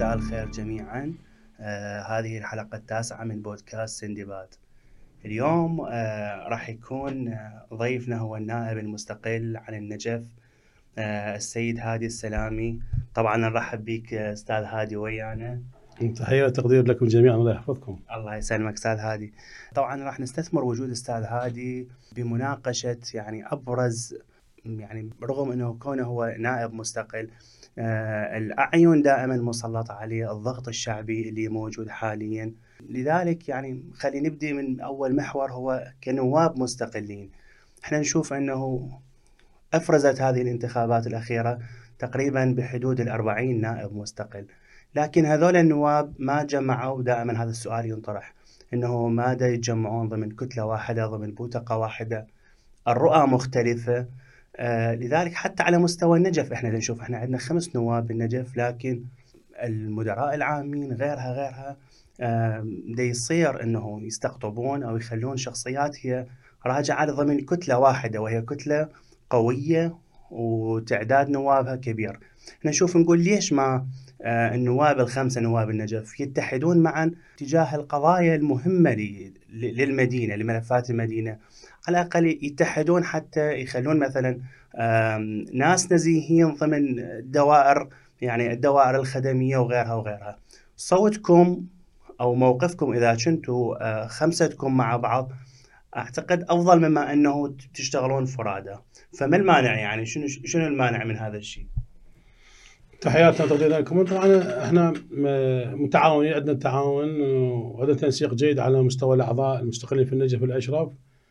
مساء الخير جميعا. هذه الحلقة التاسعة من بودكاست سندباد. اليوم راح يكون ضيفنا هو النائب المستقل عن النجف السيد هادي السلامي. طبعا نرحب بك أستاذ هادي ويانا. تحية وتقدير لكم جميعا، الله يحفظكم. الله يسلمك أستاذ هادي. طبعا راح نستثمر وجود أستاذ هادي بمناقشة أبرز، رغم أنه كونه هو نائب مستقل، الأعين دائما مسلطة عليه، الضغط الشعبي اللي موجود حاليا. لذلك خلينا نبدأ من أول محور، هو كنواب مستقلين. احنا نشوف أنه أفرزت هذه الانتخابات الأخيرة تقريبا بحدود 40 نائب مستقل، لكن هذول النواب ما جمعوا. دائما هذا السؤال ينطرح، أنه ماذا يتجمعون ضمن كتلة واحدة، ضمن بوتقة واحدة؟ الرؤى مختلفة. لذلك حتى على مستوى النجف احنا نشوف، احنا عندنا 5 نواب بالنجف، لكن المدراء العامين غيرها دي يصير انه يستقطبون او يخلون شخصيات هي راجعة ضمن كتلة واحدة، وهي كتلة قوية وتعداد نوابها كبير. نشوف نقول ليش ما النواب ال5 نواب النجف يتحدون معا تجاه القضايا المهمة للمدينة، لملفات المدينة؟ على الأقل يتحدون حتى يخلون مثلا ناس نزيهين ضمن الدوائر، الدوائر الخدمية وغيرها. صوتكم أو موقفكم إذا كنتوا 5 مع بعض أعتقد أفضل مما أنه تشتغلون فرادى. فما المانع؟ شنو المانع من هذا الشيء؟ تحياتنا وتقدير لكم. طبعا احنا متعاونين، عندنا تعاون وعندنا تنسيق جيد على مستوى الأعضاء المستقلين في النجف الأشرف،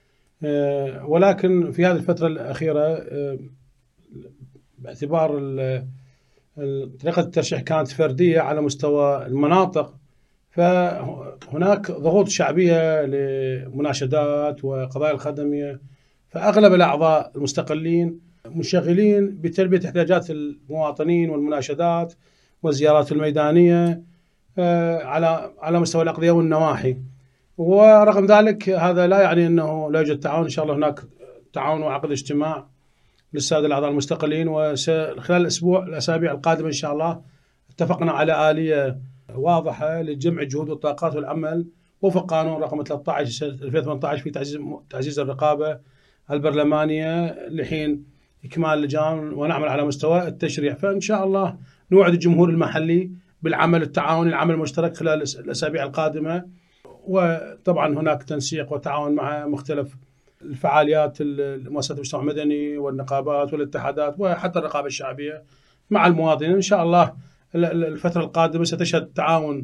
ولكن في هذه الفترة الأخيرة باعتبار طريقة الترشيح كانت فردية على مستوى المناطق، فهناك ضغوط شعبية لمناشدات وقضايا الخدمية، فأغلب الأعضاء المستقلين منشغلين بتلبية احتياجات المواطنين والمناشدات والزيارات الميدانية على مستوى الأقضية والنواحي. ورغم ذلك هذا لا يعني أنه لا يوجد تعاون. إن شاء الله هناك تعاون وعقد اجتماع للسادة الأعضاء المستقلين، وخلال الأسابيع القادمة إن شاء الله اتفقنا على آلية واضحة لجمع الجهود والطاقات والعمل وفق قانون رقم 13 2018 في تعزيز الرقابة البرلمانية لحين إكمال اللجان، ونعمل على مستوى التشريع. فإن شاء الله نوعد الجمهور المحلي بالعمل التعاوني، العمل المشترك خلال الأسابيع القادمة. وطبعا هناك تنسيق وتعاون مع مختلف الفعاليات، المؤسسات المجتمع المدني والنقابات والاتحادات وحتى الرقابة الشعبية مع المواطنين. إن شاء الله الفترة القادمة ستشهد تعاون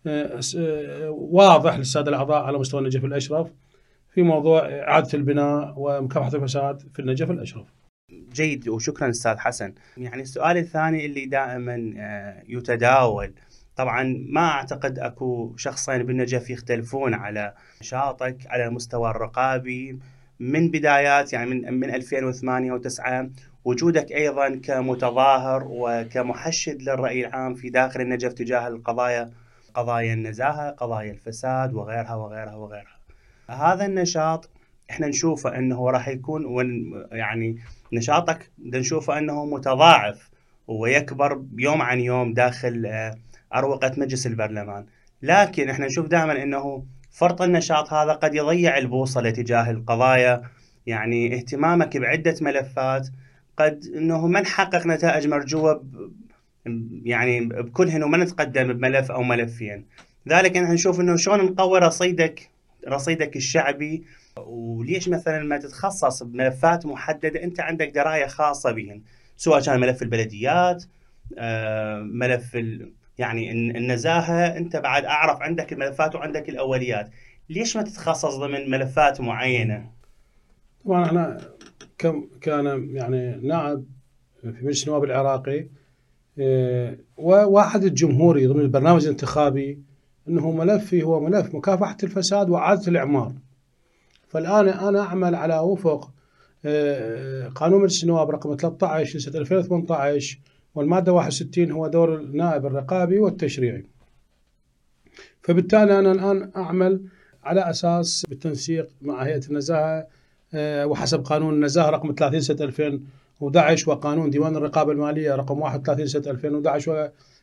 واضح للسادة الأعضاء على مستوى النجف الأشرف في موضوع إعادة البناء ومكافحة الفساد في النجف الأشرف. جيد، وشكرا أستاذ حسن. السؤال الثاني اللي دائما يتداول، طبعا ما أعتقد أكو شخصين بالنجف يختلفون على نشاطك على المستوى الرقابي من بدايات، من 2008 و9، وجودك أيضا كمتظاهر وكمحشد للرأي العام في داخل النجف تجاه القضايا، قضايا النزاهة، قضايا الفساد وغيرها. هذا النشاط احنا نشوفه انه راح يكون نشاطك نشوفه انه متضاعف ويكبر يوم عن يوم داخل أروقة مجلس البرلمان، لكن احنا نشوف دائما انه فرط النشاط هذا قد يضيع البوصلة تجاه القضايا. اهتمامك بعدة ملفات قد انه ما نحقق نتائج مرجوة بكلهن، وما نتقدم بملف او ملفين. ذلك احنا نشوف انه شلون نقوي رصيدك الشعبي، وليش مثلا ما تتخصص بملفات محددة انت عندك دراية خاصة بهن، سواء كان ملف البلديات، ملف النزاهة. انت بعد اعرف عندك الملفات وعندك الاوليات، ليش ما تتخصص ضمن ملفات معينة؟ طبعا احنا كان نائب في مجلس النواب العراقي وواحد الجمهوري ضمن البرنامج الانتخابي انه ملفي هو ملف مكافحة الفساد وإعادة الإعمار. فالآن أنا أعمل على وفق قانون مجلس النواب رقم 13 لسنة 2018، والمادة 61 هو دور النائب الرقابي والتشريعي. فبالتالي أنا الآن أعمل على أساس بالتنسيق مع هيئة النزاهة وحسب قانون النزاهة رقم 30 سنة 2011 وقانون ديوان الرقابة المالية رقم 31 سنة 2011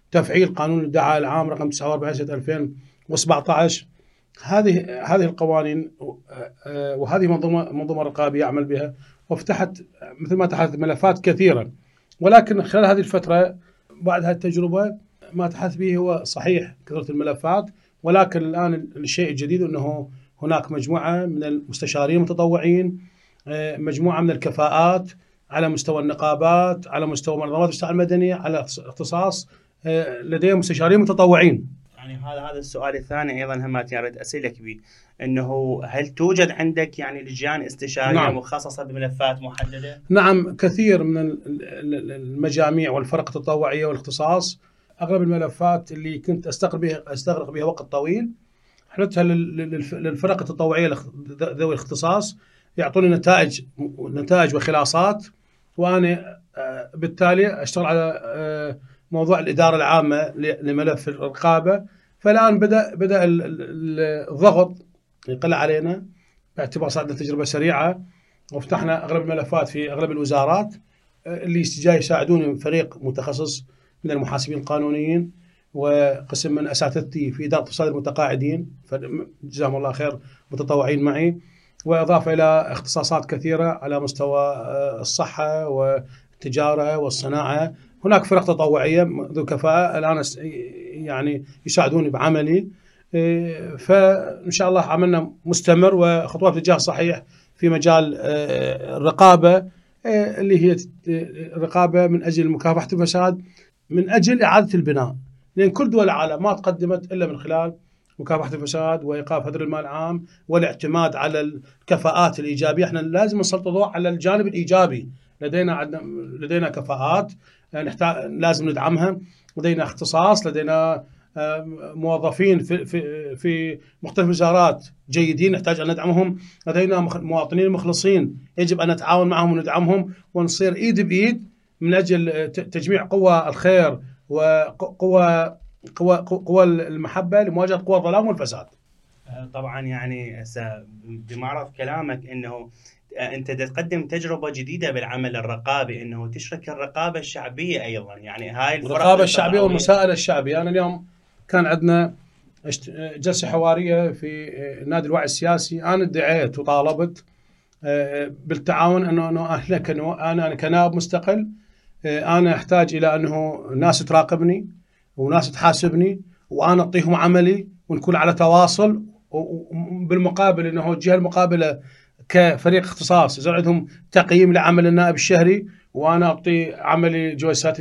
تفعيل قانون الدعاية العام رقم 49 سنة 2017. هذه القوانين وهذه منظومة رقابية يعمل بها، وفتحت مثل ما تحدثت ملفات كثيرة. ولكن خلال هذه الفترة بعد هذه التجربة ما تحدث به هو صحيح كثرة الملفات، ولكن الآن الشيء الجديد أنه هناك مجموعة من المستشارين المتطوعين، مجموعة من الكفاءات على مستوى النقابات، على مستوى منظمات المجتمع المدني، على اختصاص لديهم مستشارين متطوعين. يعني هذا السؤال الثاني ايضا هم اريد اسالك به، انه هل توجد عندك يعني لجان استشاريه نعم. مخصصه بملفات محدده؟ نعم، كثير من المجاميع والفرق التطوعيه والاختصاص. اغلب الملفات اللي كنت استغرق بها وقت طويل حلتها للفرق التطوعيه ذوي الاختصاص، يعطوني نتائج وخلاصات، وانا بالتالي اشتغل على موضوع الاداره العامه لملف الرقابه. فالان بدا الضغط يقل علينا باعتبار صارت تجربه سريعه، وفتحنا اغلب الملفات في اغلب الوزارات. اللي جاي يساعدوني فريق متخصص من المحاسبين القانونيين وقسم من اساتذتي في اداره اقتصاد المتقاعدين، جزاهم الله خير، متطوعين معي، واضافه الى اختصاصات كثيره على مستوى الصحه والتجاره والصناعه. هناك فرق تطوعيه ذو كفاءه الان يعني يساعدوني بعملي. فان شاء الله عملنا مستمر وخطوات في الاتجاه الصحيح في مجال الرقابه، اللي هي الرقابه من اجل مكافحه الفساد، من اجل اعاده البناء، لان كل دول العالم ما تقدمت الا من خلال مكافحه الفساد وايقاف هدر المال العام والاعتماد على الكفاءات الايجابيه. احنا لازم نسلط الضوء على الجانب الايجابي. لدينا كفاءات لازم ندعمها، لدينا اختصاص، لدينا موظفين في مختلف الوزارات جيدين نحتاج ان ندعمهم، لدينا مواطنين مخلصين يجب ان نتعاون معهم وندعمهم ونصير ايد بايد من اجل تجميع قوى الخير قوى المحبه لمواجهه قوى الظلام والفساد. طبعا يعني بمعرض كلامك انه انت تقدم تجربه جديده بالعمل الرقابي، انه تشرك الرقابه الشعبيه ايضا، يعني هاي الرقابه الشعبيه والمساءله الشعبيه. انا اليوم كان عندنا جلسه حواريه في نادي الوعي السياسي، انا ادعيت وطالبت بالتعاون انه انا كنائب مستقل انا احتاج الى انه ناس تراقبني وناس تحاسبني وانا اعطيهم عملي ونكون على تواصل، وبالمقابل انه الجهه المقابله كفريق اختصاص يصير عندهم تقييم لعمل النائب الشهري، وانا اعطي عملي جلسات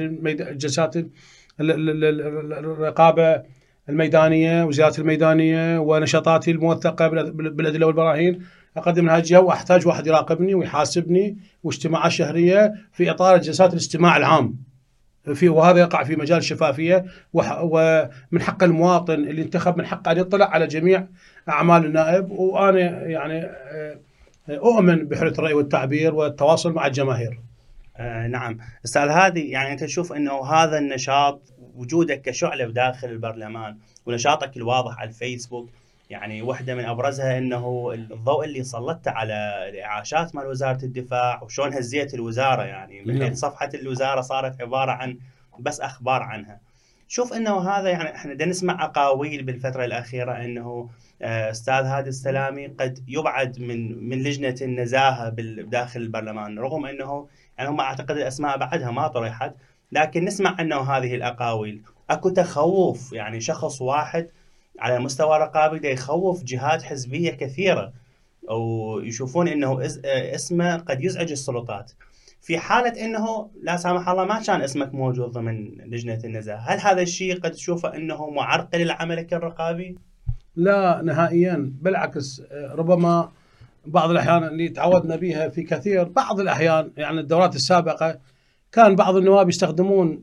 الرقابه الميدانيه وزيارات الميدانيه ونشاطاتي الموثقه بالادله والبراهين اقدم لها الجهه، واحتاج واحد يراقبني ويحاسبني واجتماعات شهريه في اطار جلسات الاستماع العام وهذا يقع في مجال الشفافيه، ومن حق المواطن اللي انتخب من حقه ان يطلع على جميع اعمال النائب. وانا يعني أؤمن بحرية الرأي والتعبير والتواصل مع الجماهير. نعم أستاذ هادي، يعني أنت تشوف أنه هذا النشاط وجودك كشعلة بداخل البرلمان ونشاطك الواضح على الفيسبوك، يعني واحدة من أبرزها أنه الضوء اللي سلطته على الإعاشات مال وزارة الدفاع وشون هزيت الوزارة، يعني من حيث صفحة الوزارة صارت عبارة عن بس أخبار عنها. شوف أنه هذا يعني إحنا دا نسمع أقاويل بالفترة الأخيرة أنه أستاذ هادي السلامي قد يبعد من لجنة النزاهة بداخل البرلمان، رغم أنه يعني هم أعتقد الأسماء بعدها ما طرحت، لكن نسمع أنه هذه الأقاويل أكو تخوف، يعني شخص واحد على مستوى رقابي دا يخوف جهات حزبية كثيرة، أو يشوفون أنه اسمه قد يزعج السلطات. في حالة أنه لا سامح الله ما كان اسمك موجود ضمن لجنة النزاهة، هل هذا الشيء قد تشوفه أنه معرقل لعملك الرقابي؟ لا نهائيا، بالعكس. ربما بعض الأحيان اللي تعودنا بها في كثير، بعض الأحيان يعني الدورات السابقة كان بعض النواب يستخدمون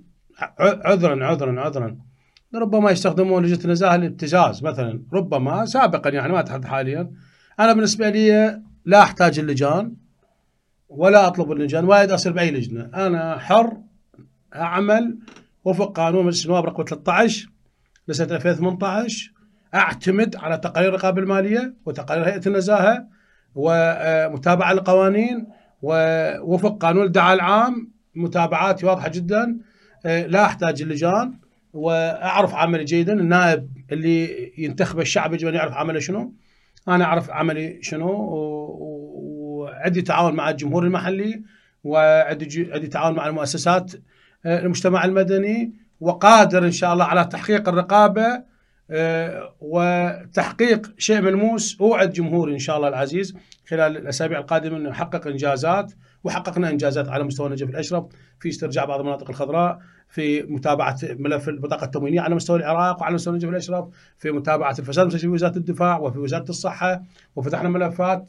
عذرا ربما يستخدمون لجنة النزاهة للابتزاز مثلا، ربما سابقا يعني ما أتحدث حاليا. أنا بالنسبة لي لا أحتاج اللجان ولا أطلب اللجان، وايد أصير بأي لجنة، أنا حر أعمل وفق قانون مجلس النواب رقم 13 لسنة 2018، أعتمد على تقارير الرقابة المالية وتقارير هيئة النزاهة ومتابعة القوانين ووفق قانون الدعاية العام، متابعاتي واضحة جدا. لا أحتاج اللجان، واعرف عملي جيدا. النائب اللي ينتخب الشعب يجب ان يعرف عمله شنو. انا اعرف عملي شنو، وعندي تعاون مع الجمهور المحلي، وعندي تعاون مع المؤسسات المجتمع المدني، وقادر ان شاء الله على تحقيق الرقابه وتحقيق شيء ملموس. اوعد جمهوري ان شاء الله العزيز خلال الاسابيع القادمه انه نحقق انجازات، وحققنا انجازات على مستوى نجف الاشرف في استرجاع بعض المناطق الخضراء، في متابعه ملف البطاقه التموينيه على مستوى العراق وعلى مستوى نجف الاشرف، في متابعه الفساد في وزاره الدفاع وفي وزاره الصحه، وفتحنا ملفات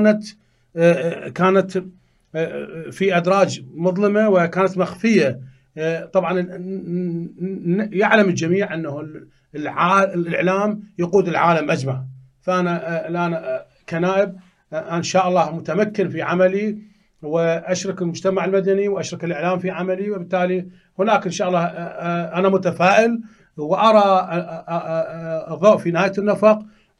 كانت في ادراج مظلمه وكانت مخفيه. طبعا يعلم الجميع انه الاعلام يقود العالم اجمع، فانا كنائب ان شاء الله متمكن في عملي، واشرك المجتمع المدني واشرك الاعلام في عملي، وبالتالي هناك ان شاء الله انا متفائل وارى الضوء في نهايه النفق.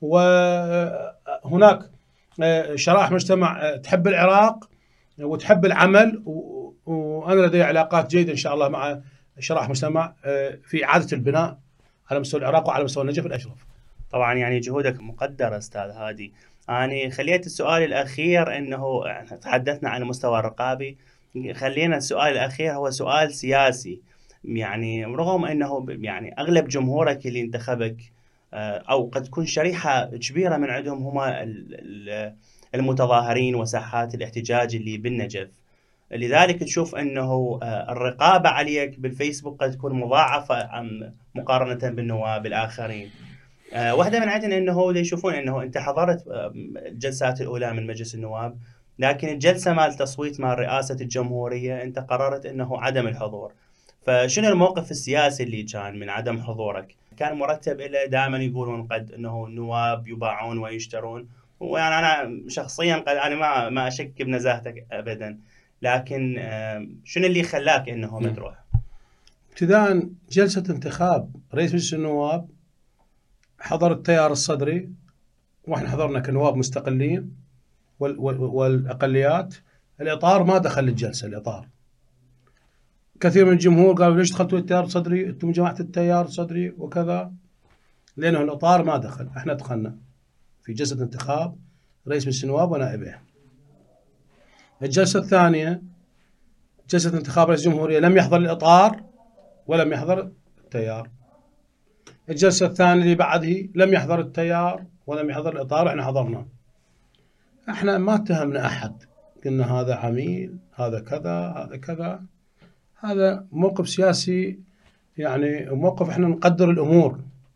وهناك شرائح مجتمع تحب العراق وتحب العمل، وانا لدي علاقات جيده ان شاء الله مع شرائح مجتمع في اعاده البناء على مستوى العراق وعلى مستوى النجف الاشرف. طبعا يعني جهودك مقدرة استاذ هادي. أنا خليت السؤال الأخير أنه تحدثنا عن المستوى الرقابي، خلينا السؤال الأخير هو سؤال سياسي. يعني رغم أنه يعني أغلب جمهورك اللي انتخبك أو قد تكون شريحة كبيرة من عندهم هم المتظاهرين وساحات الاحتجاج اللي بالنجف، لذلك تشوف أنه الرقابة عليك بالفيسبوك قد تكون مضاعفة مقارنة بالنواب الآخرين. واحدة من عندنا أنه يشوفون أنه أنت حضرت الجلسات الأولى من مجلس النواب، لكن الجلسة مال التصويت مال رئاسة الجمهورية أنت قررت أنه عدم الحضور. فشنو الموقف السياسي اللي كان من عدم حضورك؟ كان مرتب إلى دائما يقولون قد أنه النواب يباعون ويشترون، ويعني أنا شخصيا قد أنا ما أشك بنزاهتك أبدا، لكن شنو اللي خلاك أنه ما تروح؟ ابتداء جلسة انتخاب رئيس مجلس النواب حضر التيار الصدري، واحنا حضرنا كنواب مستقلين والاقليات. الاطار ما دخل الجلسه، الاطار كثير من الجمهور قالوا ليش دخلتوا التيار الصدري، انتم جماعه التيار الصدري وكذا، لانه الاطار ما دخل. احنا دخلنا في جلسه انتخاب رئيس مجلس النواب ونائبه. الجلسه الثانيه جلسه انتخاب رئيس الجمهوريه لم يحضر الاطار ولم يحضر التيار. الجلسة الثانية اللي بعده لم يحضر التيار ولم يحضر الإطار، احنا حضرنا. احنا ما اتهمنا أحد، قلنا هذا عميل، هذا كذا، هذا كذا. هذا موقف سياسي، يعني موقف احنا نقدر الأمور.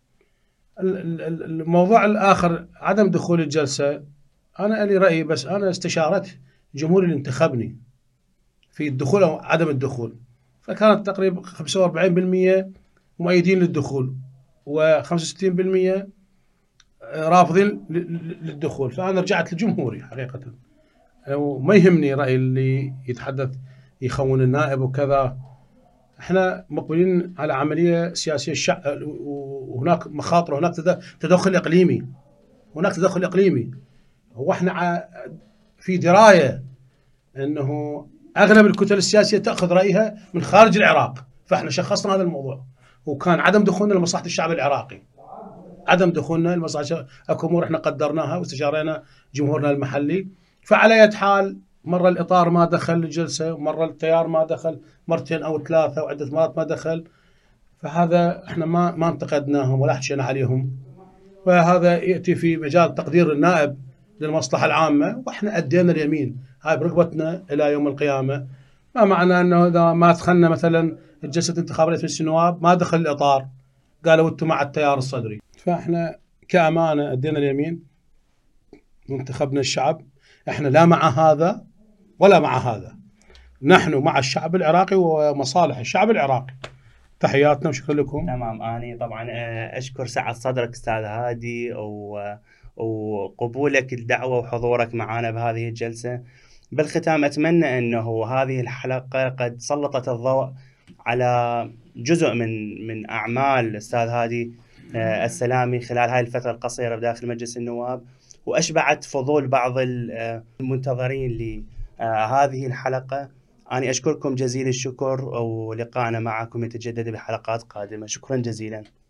الموضوع الآخر عدم دخول الجلسة، أنا لي رأيي، بس أنا استشارت جمهوري اللي انتخبني في الدخول أو عدم الدخول، فكانت تقريبا 45% مؤيدين للدخول و65% رافضين للدخول. فأنا رجعت لجمهوري حقيقة، وما يهمني رأي اللي يتحدث يخون النائب وكذا. احنا مقبلين على عملية سياسية وهناك مخاطر، هناك تدخل إقليمي، هناك تدخل إقليمي. واحنا في دراية أنه أغلب الكتل السياسية تأخذ رأيها من خارج العراق، فاحنا شخصنا هذا الموضوع، وكان عدم دخولنا لمصلحة الشعب العراقي، عدم دخولنا لمصلحة اكو امور احنا قدرناها واستشارينا جمهورنا المحلي. فعلى أي حال، مرة الإطار ما دخل الجلسة، ومرة التيار ما دخل، مرتين أو ثلاثة وعدة مرات ما دخل. فهذا احنا ما انتقدناهم ولا حكينا عليهم، وهذا يأتي في مجال تقدير النائب للمصلحة العامة، واحنا أدينا اليمين هاي برقبتنا إلى يوم القيامة. ما معنى أنه إذا ما دخلنا مثلا جلسة انتخاب رئيس مجلس النواب ما دخل الإطار، قالوا أنتم مع التيار الصدري. فإحنا كأمانة أدينا اليمين وانتخبنا الشعب. إحنا لا مع هذا ولا مع هذا، نحن مع الشعب العراقي ومصالح الشعب العراقي. تحياتنا وشكرا لكم. تمام، أنا طبعا أشكر سعة صدرك أستاذ هادي وقبولك الدعوة وحضورك معنا بهذه الجلسة. بالختام أتمنى أنه هذه الحلقة قد سلطت الضوء على جزء من أعمال الأستاذ هادي السلامي خلال هاي الفترة القصيرة بداخل مجلس النواب، وأشبعت فضول بعض المنتظرين لهذه الحلقة أنا أشكركم جزيل الشكر، ولقاءنا معكم يتجدد بحلقات قادمة. شكرا جزيلا.